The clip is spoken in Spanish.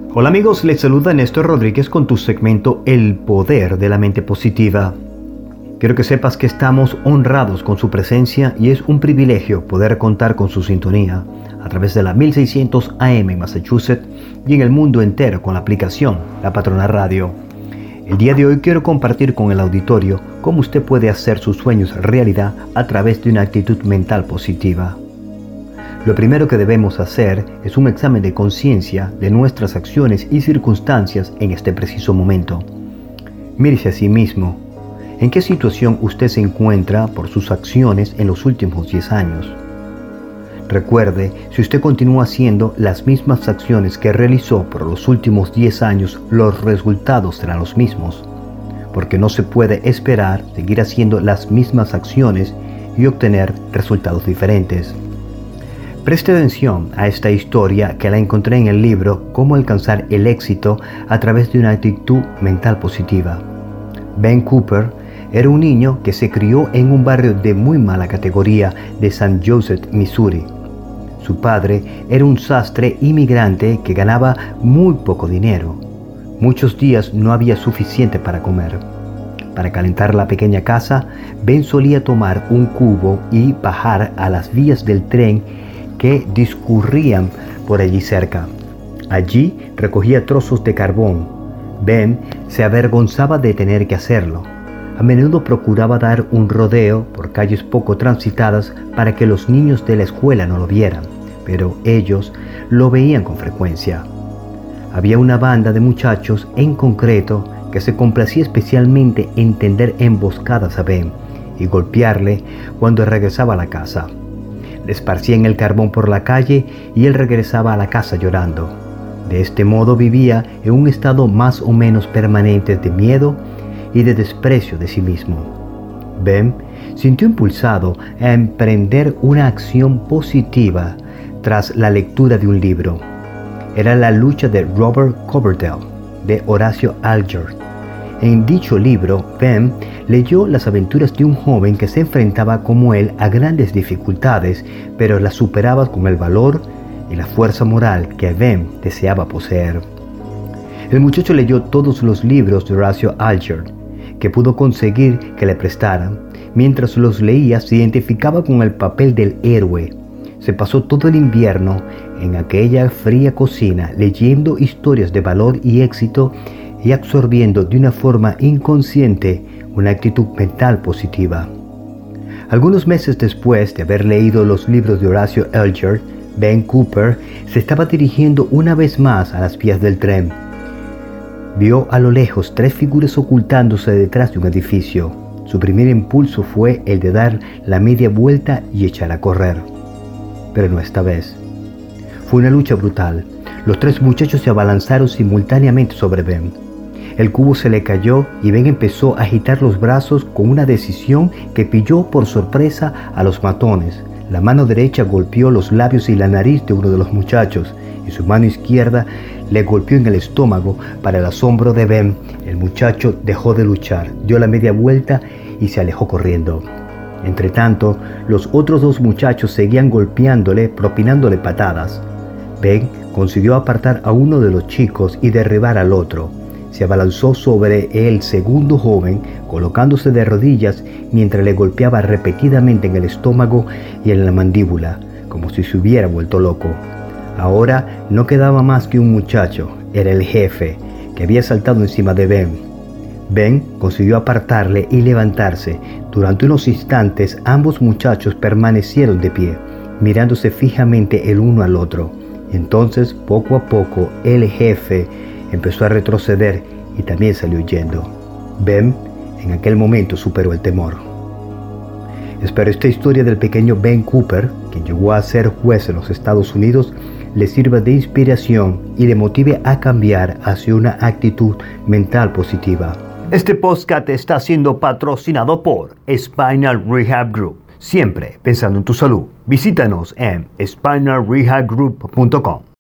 Hola amigos, les saluda Néstor Rodríguez con tu segmento El Poder de la Mente Positiva. Quiero que sepas que estamos honrados con su presencia y es un privilegio poder contar con su sintonía a través de la 1600 AM en Massachusetts y en el mundo entero con la aplicación La Patrona Radio. El día de hoy quiero compartir con el auditorio cómo usted puede hacer sus sueños realidad a través de una actitud mental positiva. Lo primero que debemos hacer es un examen de conciencia de nuestras acciones y circunstancias en este preciso momento. Mírese a sí mismo. ¿En qué situación usted se encuentra por sus acciones en los últimos 10 años? Recuerde, si usted continúa haciendo las mismas acciones que realizó por los últimos 10 años, los resultados serán los mismos, porque no se puede esperar seguir haciendo las mismas acciones y obtener resultados diferentes. Preste atención a esta historia que la encontré en el libro Cómo alcanzar el éxito a través de una actitud mental positiva. Ben Cooper era un niño que se crió en un barrio de muy mala categoría de St. Joseph, Missouri. Su padre era un sastre inmigrante que ganaba muy poco dinero. Muchos días no había suficiente para comer. Para calentar la pequeña casa, Ben solía tomar un cubo y bajar a las vías del tren que discurrían por allí cerca. Allí recogía trozos de carbón. Ben se avergonzaba de tener que hacerlo. A menudo procuraba dar un rodeo por calles poco transitadas para que los niños de la escuela no lo vieran, pero ellos lo veían con frecuencia. Había una banda de muchachos en concreto que se complacía especialmente en tender emboscadas a Ben y golpearle cuando regresaba a la casa. Le esparcían el carbón por la calle y él regresaba a la casa llorando. De este modo vivía en un estado más o menos permanente de miedo y de desprecio de sí mismo. Ben sintió impulsado a emprender una acción positiva tras la lectura de un libro. Era La lucha de Robert Coverdale, de Horacio Alger. En dicho libro, Ben leyó las aventuras de un joven que se enfrentaba como él a grandes dificultades, pero las superaba con el valor y la fuerza moral que Ben deseaba poseer. El muchacho leyó todos los libros de Horacio Alger que pudo conseguir que le prestaran. Mientras los leía, se identificaba con el papel del héroe. Se pasó todo el invierno en aquella fría cocina leyendo historias de valor y éxito y absorbiendo de una forma inconsciente una actitud mental positiva. Algunos meses después de haber leído los libros de Horacio Alger, Ben Cooper se estaba dirigiendo una vez más a las vías del tren. Vio a lo lejos 3 figuras ocultándose detrás de un edificio. Su primer impulso fue el de dar la media vuelta y echar a correr. Pero no esta vez. Fue una lucha brutal. Los 3 muchachos se abalanzaron simultáneamente sobre Ben. El cubo se le cayó y Ben empezó a agitar los brazos con una decisión que pilló por sorpresa a los matones. La mano derecha golpeó los labios y la nariz de uno de los muchachos y su mano izquierda le golpeó en el estómago. Para el asombro de Ben, el muchacho dejó de luchar, dio la media vuelta y se alejó corriendo. Entretanto, los otros 2 muchachos seguían golpeándole, propinándole patadas. Ben consiguió apartar a uno de los chicos y derribar al otro. Se abalanzó sobre el segundo joven, colocándose de rodillas mientras le golpeaba repetidamente en el estómago y en la mandíbula, como si se hubiera vuelto loco. Ahora no quedaba más que un muchacho, era el jefe, que había saltado encima de Ben. Ben consiguió apartarle y levantarse. Durante unos instantes ambos muchachos permanecieron de pie, mirándose fijamente el uno al otro. Entonces, poco a poco, el jefe empezó a retroceder y también salió huyendo. Ben en aquel momento superó el temor. Espero esta historia del pequeño Ben Cooper, quien llegó a ser juez en los Estados Unidos, le sirva de inspiración y le motive a cambiar hacia una actitud mental positiva. Este podcast está siendo patrocinado por Spinal Rehab Group. Siempre pensando en tu salud. Visítanos en spinalrehabgroup.com.